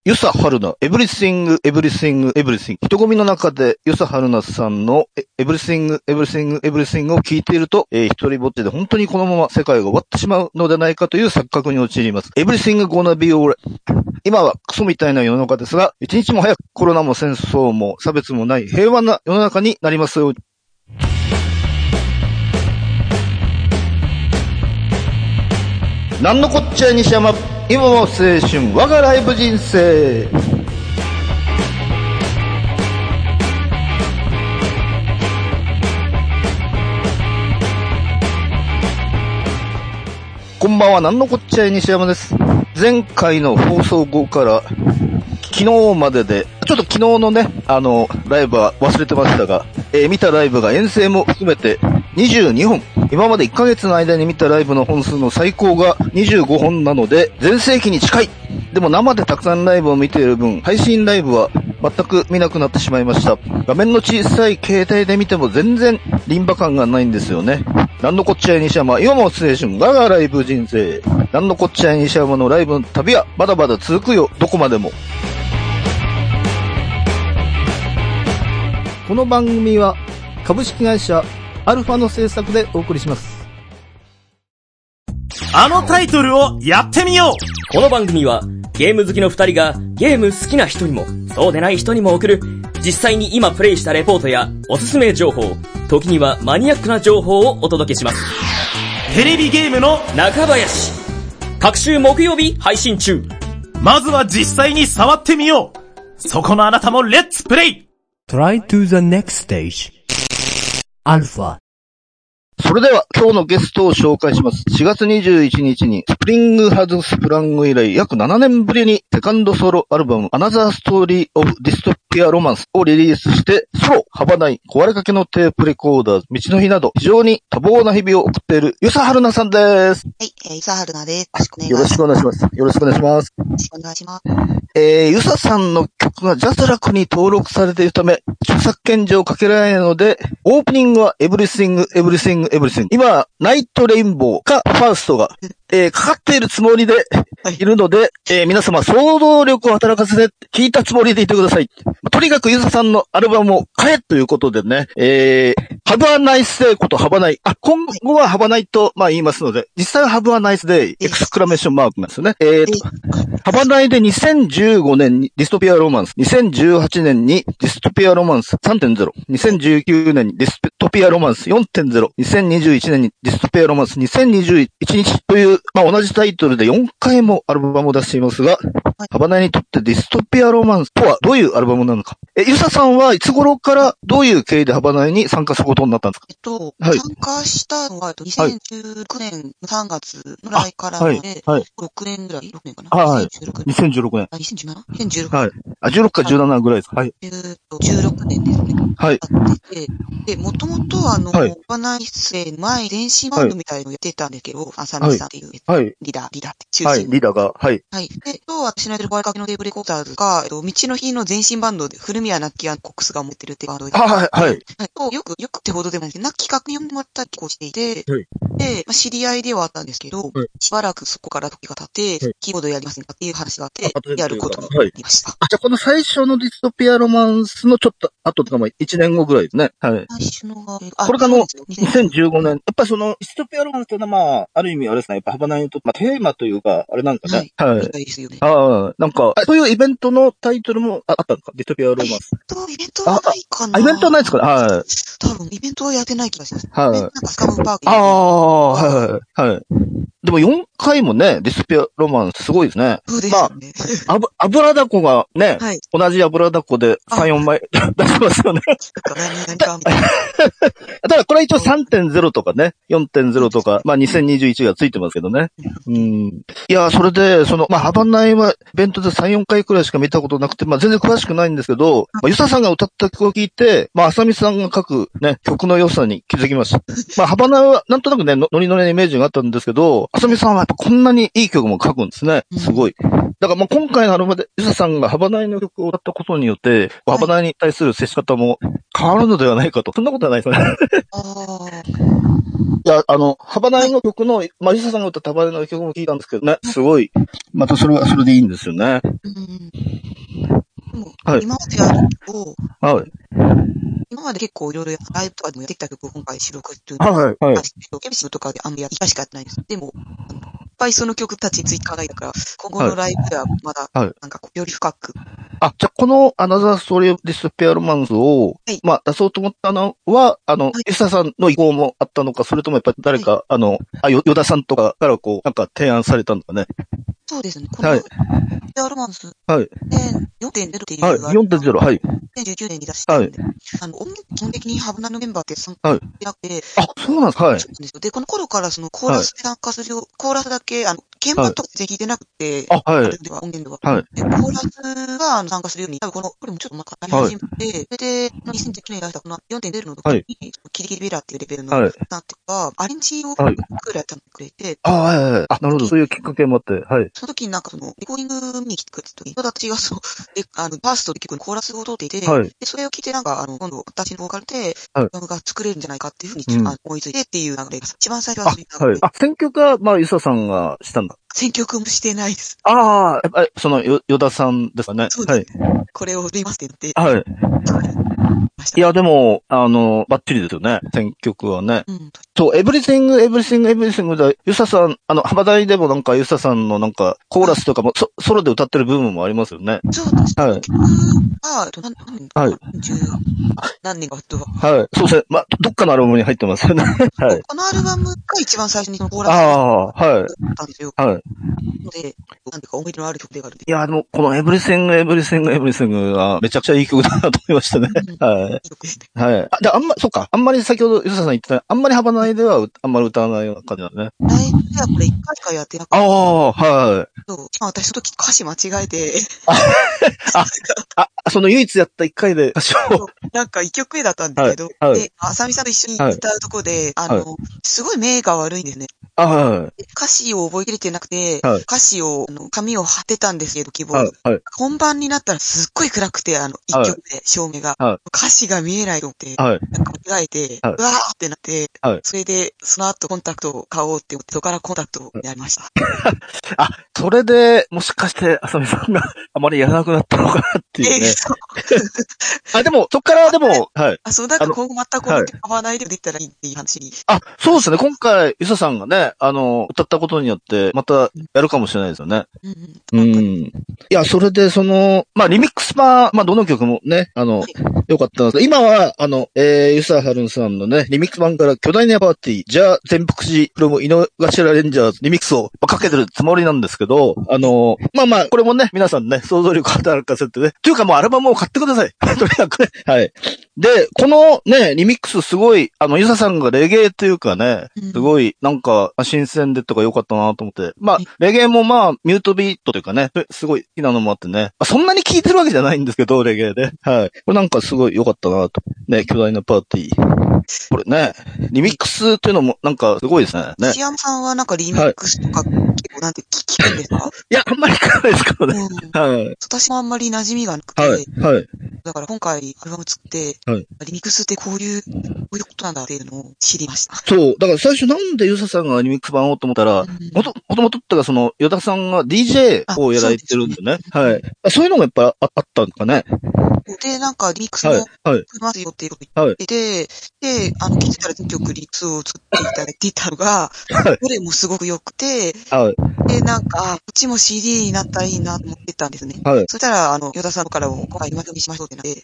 ユサハルナ、エブリシング、エブリシング、エブリシング。人混みの中で、ユサハルナさんのエブリシング、エブリシング、エブリシングを聞いていると、一人ぼっちで本当にこのまま世界が終わってしまうのではないかという錯覚に陥ります。エブリシング gonna be alright。今はクソみたいな世の中ですが、一日も早くコロナも戦争も差別もない平和な世の中になりますように。なんのこっちゃい西山、今も青春、我がライブ人生。こんばんは、なんのこっちゃい西山です。前回の放送後から昨日までで、ちょっと昨日のね、ライブは忘れてましたが、見たライブが遠征も含めて22本。今まで1ヶ月の間に見たライブの本数の最高が25本なので、全盛期に近い。でも生でたくさんライブを見ている分、配信ライブは全く見なくなってしまいました。画面の小さい携帯で見ても全然リンバ感がないんですよね。なんのこっちゃい西山、今も青春、我がライブ人生。なんのこっちゃい西山のライブの旅はまだまだ続くよ、どこまでも。この番組は株式会社アルファの制作でお送りします。 あのタイトルをやってみよう。 この番組はゲーム好きの二人がゲーム好きな人にもそうでない人にも送る実際に今プレイしたレポートやおすすめ情報、時にはマニアックな情報をお届けします。 テレビゲームの中林、各週木曜日配信中。 まずは実際に触ってみよう。そこのあなたもレッツプレイ。 Try to the next stage. アルファ。 それでは今日のゲストを紹介します。4月21日にスプリングハズスプラング以来約7年ぶりにセカンドソロアルバムアナザーストーリーオブディストピアロマンスをリリースしてソロ、ハバナイ、壊れかけのテープレコーダー、道の日など非常に多忙な日々を送っているユサハルナさんです。 はい、ユサハルナです。 よろしくお願いします。よろしくお願いします。 よろしくお願いします。 ユサさんの曲がジャスラックに登録されているため、著作権上かけられないので、オープニングはエブリシング、エブリシング、エブリシング。今、ナイトレインボーかファーストが、かかっているつもりでいるので、皆様想像力を働かせて聞いたつもりでいてください。とにかくユサさんのアルバムを買えということでね、ハブアナイスデイことハバナイ。今後はハバナイと、言いますので、実際はハブアナイスデイ、エクスクラメーションマークなんですよね。ハバナイで2015年にディストピアロマンス、2018年にディストピアロマンス 3.0、2019年にディストピアロマンス 4.0、2021年にディストピアロマンス2021日という、同じタイトルで4回もアルバムを出していますが、ハバナイにとってディストピアロマンスとはどういうアルバムなのか。ユサさんはいつ頃からどういう経緯でハバナイに参加することになったんですか？ 参加したのは、2019年3月ぐらいからで、6年ぐらい ?6 年かな？ はい。2016年。 2017？ はい。16か17ぐらいですか？はい。 16年ですね。 はい。 で、もともとハバナイ生前、電子バンドみたいのやってたんですけど、浅見さんっていう、リーダーって中心。 はい、リーダーが、はい。 はい。で、私のやってる壊れかけのテープレコーダーズが、道の日の前身バンドで、古宮ナッキーコックスが持ってるってバンドで。 はい。 よくってほどでもないんですけど、ナッキー企画に呼んでもらったりこうしていて、で、知り合いではあったんですけど、しばらくそこから時が経って、キーボードやりませんかっていう話があって、やることになりました。 じゃあこの最初のディストピアロマンスのちょっと後とか1年後ぐらいですね。はい。 最初のが、 これが2015年。やっぱりそのディストピアロマンスというのはある意味あれですね、やっぱハバナイと、テーマというか、あれなんかね。 はい。ですよね。 なんか、そういうイベントのタイトルもあったんですか？ディストピアロマンス。 イベントはないかな。 イベントはないですかね？はい。 多分、イベントはやってない気がします。 はい。 なんかスカムパーク。 はい。でも4回もね、ディストピアロマンスすごいですね。 そうですね。 油だこがね、同じ油だこで3、4枚出してますよね。ただこれは一応 3.0 とかね、4.0 とか、2021がついてますけどね。いや、それで、ハバナイはイベントで3、4回くらいしか見たことなくて、全然詳しくないんですけど、ユサさんが歌った曲を聴いて、浅見さんが書くね、曲の良さに気づきました。ハバナイはなんとなくね、ノリノリのイメージがあったんですけど、浅見さんはやっぱこんなにいい曲も書くんですね。すごい。だから今回のアルバムで、ユサさんがハバナイの曲を歌ったことによって、ハバナイに対する接し方も変わるのではないかと。そんなことはないですよね。いや、ハバナイの曲の、ユサさんが歌ったハバナイの曲も聞いたんですけどね、すごい。またそれはそれでいいんですよね。 もはい今までやると、 はい。 今まで結構いろいろライブとかでもやってきた曲を今回収録してるはいはいはい。 ケビシブとかであんまり1回しかやってないです。でも、いっぱいその曲たちについて考えたから、今後のライブではまだ、 はい。 なんかこう、より深く。 あ、じゃあこのアナザーストーリーオブディスペアロマンスを、 はいまあ出そうと思ったのは、 いユサさんの意向もあったのか、それともやっぱり誰か、ヨダさんとかからこう、なんか提案されたのかね。 そうですね。この、 はいペアロマンスはい。 4.0 っていうはい。4.0、はい。 2019年に出したんで、音源基本的にハブナのメンバーって参加してなくて、 あ、そうなんですか。はい。 そうなんですよ。で、この頃からそのコーラスで参加するよ、コーラスだけ、鍵盤とか全然聞いてなくて、 あ、はい。 では音源では。 はい。 で、コーラスが参加するように、多分これもちょっとまたやり始めて、それで、2019年に出したこの 4.0 の時に、キリキリベラっていうレベルの、なんていうか、アレンジをクーラーやったのくれて、 あ、はいはいはい。あ、なるほど。そういうきっかけもあって、はい。 その時になんかレコーディング見に来てくれた時に、私がバーストで結構コーラスを通っていて、 はい。 で、それを聞いてなんか、今度、私のボーカルで、 はい。 ドラムが作れるんじゃないかっていうふうに、 うん思いついてっていう流れが、一番最初はそういう流れで。 あ、選曲は、まあ、ユサさんがしたんだ。 選曲もしてないです。 ああ、やっぱり、ヨダさんですかね。 そうです。 はい。 これを振りますって言って。 はい。いや、でも、バッチリですよね。選曲はね。 うん。 そう、エブリシングで、ユサさん、幅台でもなんかユサさんのなんか、コーラスとかも、ソロで歌ってる部分もありますよね。 そうです。 はい。 曲は、何年か、 はい。 何年かとは。 はい。そうですね。まあ、どっかのアルバムに入ってますよね。はい。 このアルバムが一番最初にそのコーラスああ、はい。 だったんですよ。 はい。 ので、なんていうか思い出のある曲ではあるんで。 いや、でも、このエブリシングはめちゃくちゃいい曲だなと思いましたね。はい。 いい曲ですね。 はい。あ、じゃあ、そっか。あんまり先ほど、ユサさん言ってた、あんまり幅内ではあんまり歌わないような感じなんだね。 ライブではこれ一回しかやってなくて。 ああ、はい。 そう。私その時歌詞間違えて。 その唯一やった一回で歌唱。 なんか一曲目だったんですけど、 はい。 で、あさみさんと一緒に歌うとこで、すごい目が悪いんですね。 はい。 歌詞を覚えきれてなくて、 はい、 歌詞を、紙を貼ってたんですけど、希望。はい。本番になったらすっごい暗くて、一曲で、照明が。歌詞が見えないと思って、なんか間違えて、うわーってなって、それで、その後コンタクトを買おうって思って、そこからコンタクトをやりました。 あ、それで、もしかして、あさみさんがあまりやらなくなったのかなっていうね。 そう。 でも、そっからでも、はい。 そう、なんか今後またこの曲買わないでできたらいいっていう話に。 そうですね。今回、ユサさんがね、歌ったことによって、またやるかもしれないですよね。いや、それで、まあ、リミックス版、まあ、どの曲もね、良かったんですけど、今は、ユサハルンさんのね、リミックス版から巨大なパーティー、じゃあ、全福寺プロム井の頭レンジャーズリミックスをかけてるつもりなんですけど、まあ、これもね、皆さんね、想像力働かせてね、というかもうアルバムを買ってください。とにかくね。はい。で、このね、リミックスすごい、ユサさんがレゲエっていうかね、すごい、なんか、新鮮でとか良かったなと思って。まあ、レゲエもまあ、ミュートビートというかね、すごい好きなのもあってね。そんなに聴いてるわけじゃないんですけど、レゲエで。はい。これなんかすごい良かったなと。ね、巨大なパーティー。これね、リミックスっていうのもなんかすごいですね。 石山さんはなんかリミックスとか結構なんて聞くんですか？ いや、あんまり聞かないですからね。はい。 私もあんまり馴染みがなくて。 はい。はい。 だから今回アルバム作って、リミックスってこういうことなんだっていうのを知りました。 そう。だから最初なんでユサさんがリミックス版をと思ったら、もともとってかヨダさんが DJ をやられてるんでね。はい。そういうのがやっぱあったんかね。 で、なんかリミックスも作りますよっていうこと言ってて、で、気づいたら全曲リミックスを作っていただいていたのが、どれもすごく良くて、で、なんか、こっちも CD になったらいいなと思ってたんですね。そしたら、ヨダさんからも今回リマイクにしましょうってなって、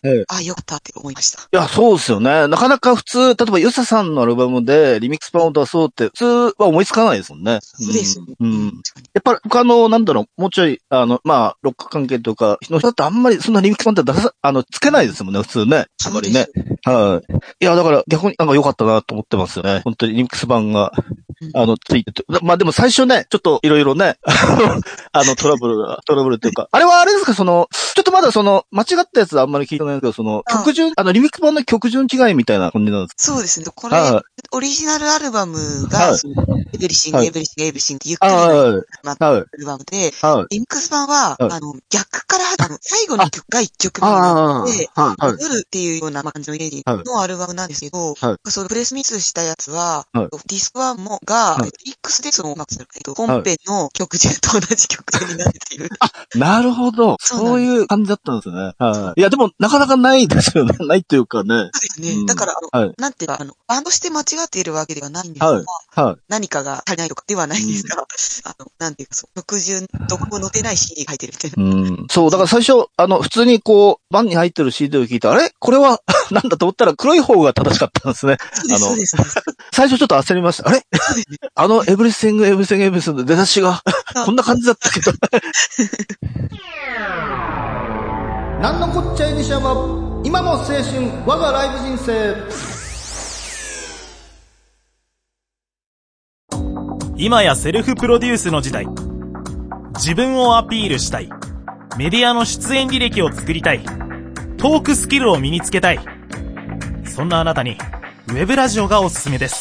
よかったって思いました。 いや、そうですよね。なかなか普通、例えばユサさんのアルバムでリミックス版を出そうって、普通は思いつかないですもんね。 そうです。 やっぱり他の、なんだろう、もうちょい、まあ、ロック関係とか、の人だってあんまりそんなリミックス版ってつけないですもんね、普通ね。あんまりね。はい。いや、だから逆になんか良かったなと思ってますよね。本当にリミックス版が。ついてて。まあでも最初ね、ちょっといろいろね、トラブルっていうか。あれはあれですか、ちょっとまだ間違ったやつはあんまり聞いてないですけど、曲順、リミックス版の曲順違いみたいな感じなんですか？ そうですね。これ、オリジナルアルバムが、エブリシング、エブリシング、エブリシングってゆっくりなアルバムで、リミックス版は、逆から最後の曲が1曲目になって、夜っていうような感じのイメージのアルバムなんですけど、そのプレスミスしたやつは、ディスク1 が、X でその音楽する、本編の曲中と同じ曲になっている。 あ、なるほど。そういう感じだったんですね。はい。いや、でも、なかなかないですよね。ないというかね。 そうですね。だから、なんていうか、バンドして間違っているわけではないんですが、何かが足りないとかではないんですが、なんていうか、曲順、どこも載ってない CD 書いてるみたいな。 そう、だから最初、普通にこう、バンに入ってる CD を聞いて、あれこれは、なんだと思ったら黒い方が正しかったんですね。 そうです。 最初ちょっと焦りました。あれエブリシングの出だしが、こんな感じだったけど。なんのこっちゃい西山、今も青春、我がライブ人生。 今やセルフプロデュースの時代。自分をアピールしたい。メディアの出演履歴を作りたい。トークスキルを身につけたい。そんなあなたに、ウェブラジオがおすすめです。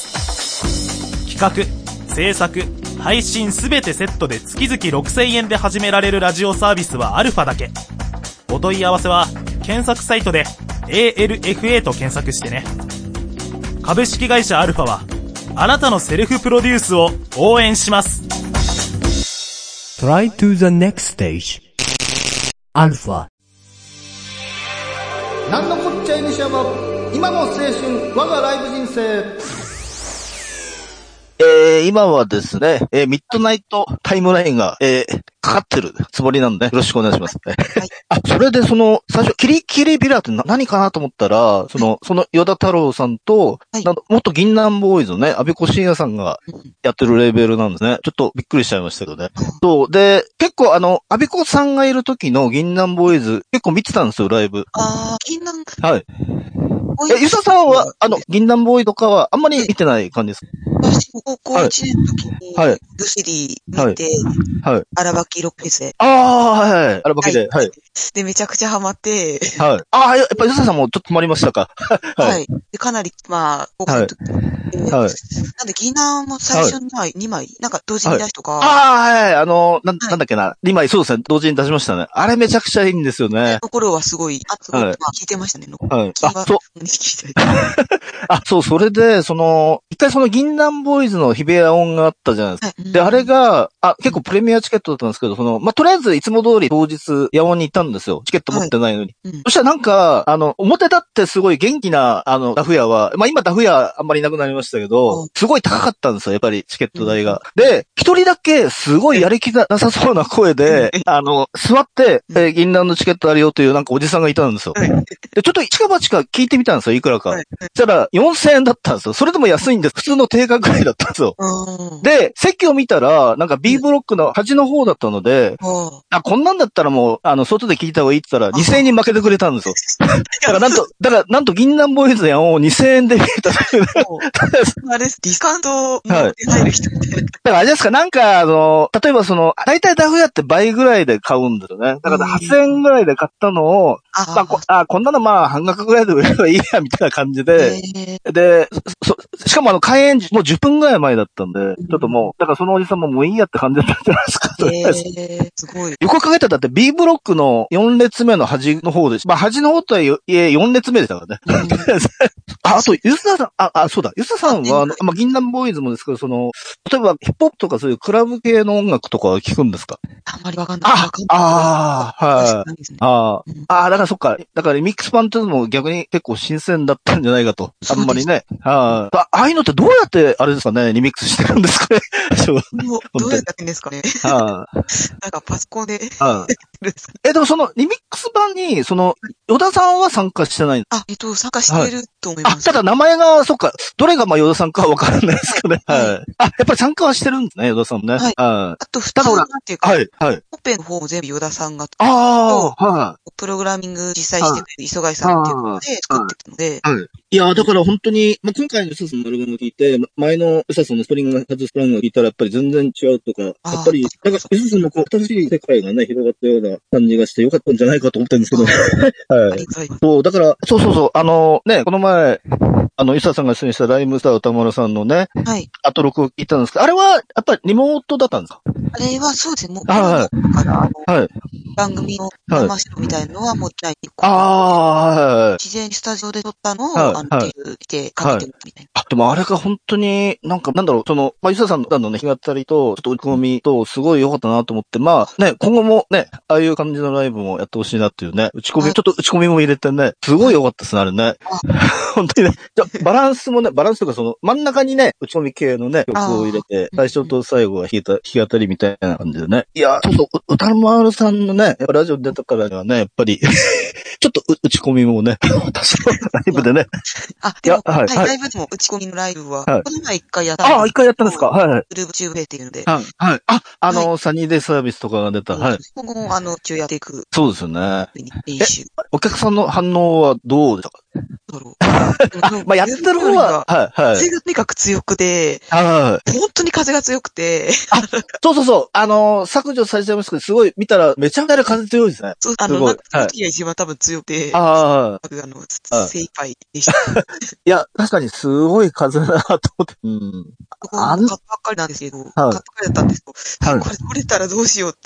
企画、制作、配信すべてセットで月々6000円で始められるラジオサービスはアルファだけ。お問い合わせは、検索サイトで ALFA と検索してね。株式会社アルファは、あなたのセルフプロデュースを応援します。 Try to the next stage. アルファ。 なんのこっちゃい西山、今も青春、我がライブ人生。今はですね、ミッドナイトタイムラインが、かかってるつもりなんで、よろしくお願いします。はい。それで最初、キリキリビラって何かなと思ったら、その、与田太郎さんと、元銀杏ボーイズのね、安倍小信也さんがやってるレーベルなんですね。ちょっとびっくりしちゃいましたけどね。そう。で、結構安倍小さんがいる時の銀杏ボーイズ、結構見てたんですよ、ライブ。 銀杏。 はい。ゆささんは、銀杏ボーイとかはあんまり見てない感じですか？ 私も高校1年の時に、ブシリ見て、荒ばきロックフェスで。 はい。荒ばきで、はい。 で、めちゃくちゃハマって、 はい。やっぱりゆささんもちょっとハマりましたか？ はい。で、かなり、高校の時に。なんで、銀杏も最初に2枚、なんか同時に出しとか。 なんだっけな。2枚、そうですね、同時に出しましたね。あれめちゃくちゃいいんですよね。 その頃はすごい、聞いてましたね。 はい。そう。それで、一回銀杏ボーイズの日比谷音があったじゃないですか。で、あれが、結構プレミアチケットだったんですけど、とりあえずいつも通り当日、野音に行ったんですよ。チケット持ってないのに。そしたらなんか、表立ってすごい元気な、ダフ屋は、今ダフ屋あんまりいなくなりましたけど、すごい高かったんですよ、やっぱりチケット代が。で、一人だけすごいやる気がなさそうな声で、座って、銀杏のチケットあるよというなんかおじさんがいたんですよ。で、ちょっと一か八か聞いてみたんですよ、いくらか。そしたら4000円だったんですよ。それでも安いんです。普通の定価ぐらいだったんですよ。で、席を見たら、なんか B ブロックの端の方だったので、こんなんだったらもう、外で聞いた方がいいって言ったら2000円に負けてくれたんですよ。だからなんと銀杏ボーイズやんを2000円で見えた。 あれ、ディスカウント入る人みたいな。 だからあれですか、なんか例えば大体ダフ屋って倍ぐらいで買うんですよね。だから8000円ぐらいで買ったのを、こんなの半額ぐらいで売れればいいや、みたいな感じで、で、しかも開演もう10分ぐらい前だったんで、ちょっともう、だからそのおじさんももういいやって感じだったんじゃないですか。 すごい。 よく考えたらだって B ブロックの4列目の端の方で、端の方とはいえ4列目でしたからね。あと、ゆずさん、そうだ、ゆずさんは、銀杏ボーイズもですけど、例えばヒップホップとかそういうクラブ系の音楽とかは聞くんですか？ あんまりわかんない。 はい。だからそっか。だからリミックス版っていうのも逆に結構新鮮だったんじゃないかと。あんまりね。ああいうのってどうやって、あれですかね、リミックスしてるんですかね。 どうやってやってんですかね。なんかパソコンで。でもリミックス版に、与田さんは参加してない参加してると思います。 ただ名前が、そっか、どれが与田さんかはわからないですかね。はい。やっぱり参加はしてるんですね、与田さんもね。はい。あと、 二つなんていうか、 はい。 本編の方も全部与田さんが、プログラミング実際してる磯貝さんっていうので作ってたので。はい。いや、だから本当に、今回のユサソンのアルバムを聞いて、前のユサソンのスプリングハズスプラングを聞いたらやっぱり全然違うとか、やっぱり、だからユサソンの新しい世界がね、広がったような感じがしてよかったんじゃないかと思ってるんですけど。はい。そう、だから、そう、この前、ユサさんが出演したライムスター歌丸さんのね、はい。アトロクを聞いたんですけど、あれは、やっぱりリモートだったんですか？ あれはそうですね、もう、はい。 番組の生収録みたいなのは持ってないっていうか。 はい。 自然にスタジオで撮ったのを、してかけてるみたいな。 でもあれが本当になんだろう、ゆささんのね、弾き語りと、ちょっと打ち込みと、すごい良かったなと思って、今後もね、ああいう感じのライブもやってほしいなっていうね、ちょっと打ち込みも入れてね、すごい良かったですね、あれね。本当にね、バランスとか真ん中にね、打ち込み系のね、曲を入れて、最初と最後は弾き語りみたいな感じでね。いや、歌丸さんのね、やっぱラジオ出たからにはね、やっぱり、ちょっと打ち込みもね、私のライブでね。 でも、ライブでも打ち込みのライブは、この前一回やったんです。 一回やったんですか？はい。 グルーブチューブっていうので。 はい。サニーデイサービスとかが出た。はい。 今後も一応やっていく。 そうですよね。 練習。 お客さんの反応はどうでしたか？やってる方は、 風がとにかく強くて、本当に風が強くて。 そう。削除されちゃいましたけど、すごい見たらめちゃめちゃ風強いですね。 そう、その時が一番多分強くて、精一杯でした。 いや、確かにすごい風だなと思って。 買ったばっかりなんですけど、買ったばっかりだったんですけど、これ取れたらどうしようって。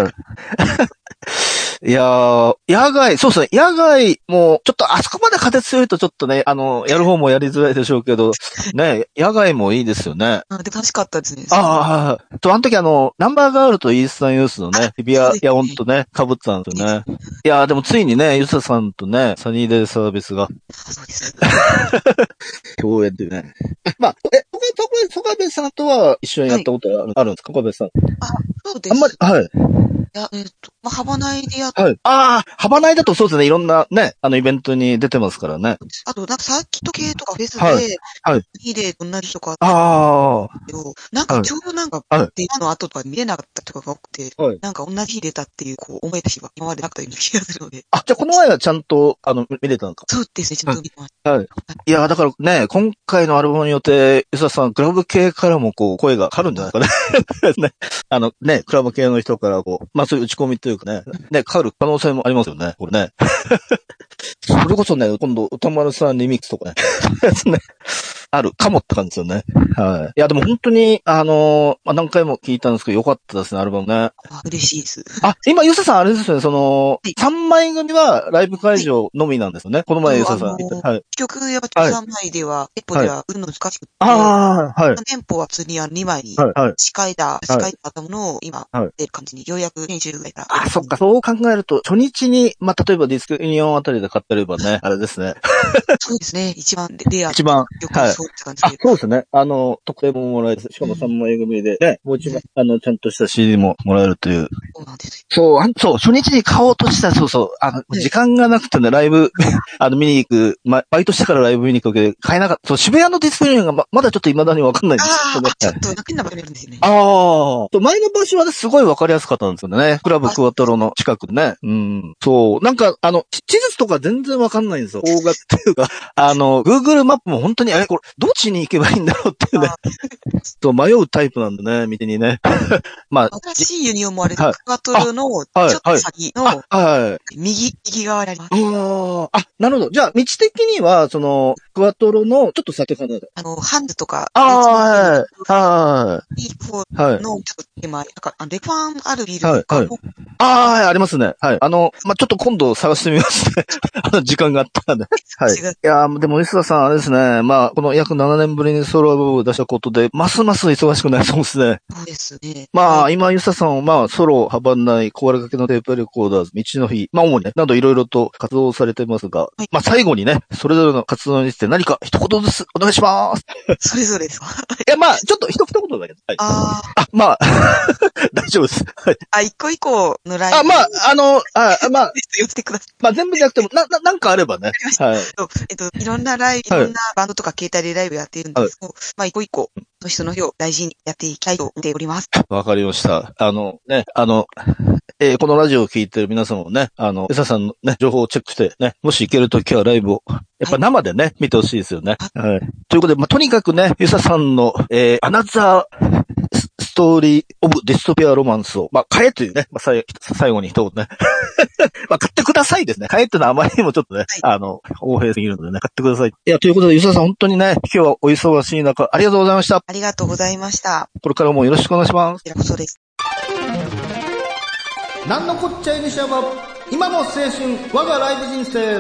いやー、野外、そうですね。野外も、ちょっとあそこまで風強いとちょっとね、やる方もやりづらいでしょうけど、ね、野外もいいですよね。 で、楽しかったですね。 あの時ナンバーガールとイースタンユースのね、日比谷野音とね、被ってたんですよね。いやー、でもついにね、ゆささんとね、サニーデイサービスが。 そうです。 共演っていうね。戸壁さんとは一緒にやったことあるんですか？戸壁さん。 そうです。 あんまり、はい。 いや、幅内でやっはい。幅内だとそうですね、いろんなね、イベントに出てますからね。 あと、サーキット系とかフェスで、はい。で同じとかちょうどデマの後とか見れなかったとかが多くて、同じ日出たっていう、思えた日は今までなかったような気がするので。 じゃあこの前はちゃんと、見れたのか？ そうですね、ちゃんと見てます。 はい。いや、だからね、今回のアルバムによって、ゆささん、クラブ系からも声がかかるんじゃないかね。ね、クラブ系の人からそういう打ち込みというかね、かかる可能性もありますよね、これね。それこそね、今度、歌丸さんリミックスとかね、あるかもって感じですよね。はい。いや、でも本当に、何回も聞いたんですけど、良かったですね、アルバムね。 嬉しいです。 今、ゆささんあれですよね、3枚組はライブ会場のみなんですよね。この前ゆささん。 はい。結局、やっぱ3枚では、テンポでは売るの難しくて。 はい。 テンポは普通に2枚に、仕替えたものを今、出る感じに、ようやく編集ぐらいから。 そっか、そう考えると、初日に、例えばディスクユニオンあたりで買ってればね、あれですね。 そうですね、一番レア。 一番。はい。そうですね。特典ももらえる。しかも3枚組で、ね、もう一枚、ちゃんとした CD ももらえるという。 そうなんですよ。そう、初日に買おうとしたら、時間がなくてね、ライブ、見に行く、バイトしてからライブ見に行くわけで、買えなかった。渋谷のディスクユニオンがまだちょっと未だにわかんないんですよね。 ちょっと、変な場所にあるんですよね。 前の場所はね、すごいわかりやすかったんですよね。クラブクワトロの近くでね。そう。地図とか全然わかんないんですよ。方角っていうか、Google マップも本当に、これ、どっちに行けばいいんだろうっていうね。迷うタイプなんでね、見てにね。 新しいユニオンもあれで、クワトロの、ちょっと先の、右側にあります。 なるほど。じゃあ、道的には、クワトロの、ちょっと先かな。 ハンズとか、 はい。 いい方の、ちょっと手前、レファンあるビルとかも。 ありますね。はい。ちょっと今度探してみますね。時間があったらね。はい。いやでも、石田さん、あれですね。この約7年ぶりにソロアルバムを出したことで、ますます忙しくなりそうですね。 そうですね。 今、石田さんは、ソロ、ハバンナイ、壊れかけのテープレコーダーズ、道の日、主にね、などいろいろと活動されてますが、最後にね、それぞれの活動について何か一言ずつお願いします。 それぞれですか？ ちょっと一言だけど。大丈夫です。 はい。一個一個のライブ。寄ってください。 全部じゃなくても、なんかあればね。はい。 いろんなライブ、いろんなバンドとか携帯でライブやっているんですけど、一個一個、その日を大事にやっていきたいと思っております。 わかりました。このラジオを聞いてる皆さんもね、エサさんのね、情報をチェックしてね、もし行けるときはライブを、やっぱ生でね、見てほしいですよね。はい。ということで、とにかくね、エサさんの、アナザー、ストーリーオブディストピアロマンスを、買えというね、最後に一言ね。買ってくださいですね。買えってのはあまりにもちょっとね、横柄すぎるのでね、買ってください。いや、ということで、吉田さん本当にね、今日はお忙しい中、ありがとうございました。 ありがとうございました。 これからもよろしくお願いします。 こちらこそです。 なんのこっちゃいにしゃば、今の青春、我がライブ人生。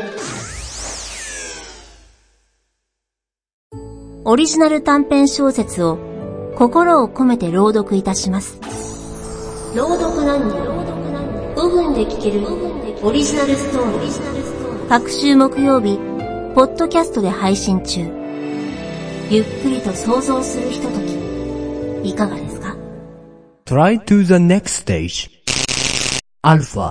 オリジナル短編小説を心を込めて朗読いたします。朗読何人5分で聞けるオリジナルストーリー。各週木曜日、ポッドキャストで配信中。ゆっくりと想像するひととき、いかがですか？ Try to the next stage. Alpha。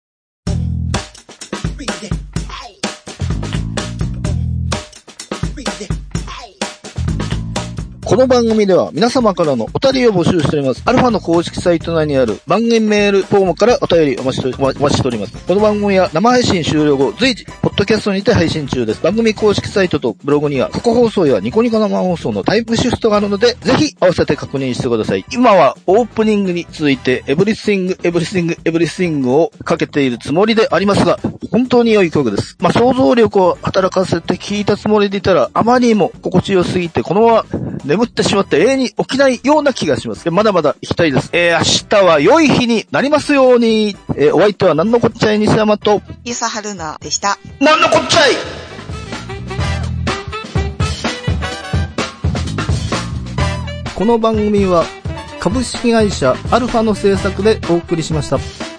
この番組では皆様からのお便りを募集しております。アルファの公式サイト内にある番組メールフォームからお便りお待ちしております。この番組は生配信終了後、随時、ポッドキャストにて配信中です。番組公式サイトとブログには過去放送やニコニコ生放送のタイムシフトがあるので、ぜひ合わせて確認してください。今はオープニングに続いてEverything をかけているつもりでありますが、本当に良い曲です。想像力を働かせて聴いたつもりでいたら、あまりにも心地よすぎて、このまま眠ってしまって永遠に起きないような気がします。まだまだ行きたいです。明日は良い日になりますように。お相手はなんのこっちゃい西山と、 ゆさはるなでした。 なんのこっちゃい。この番組は株式会社アルファの制作でお送りしました。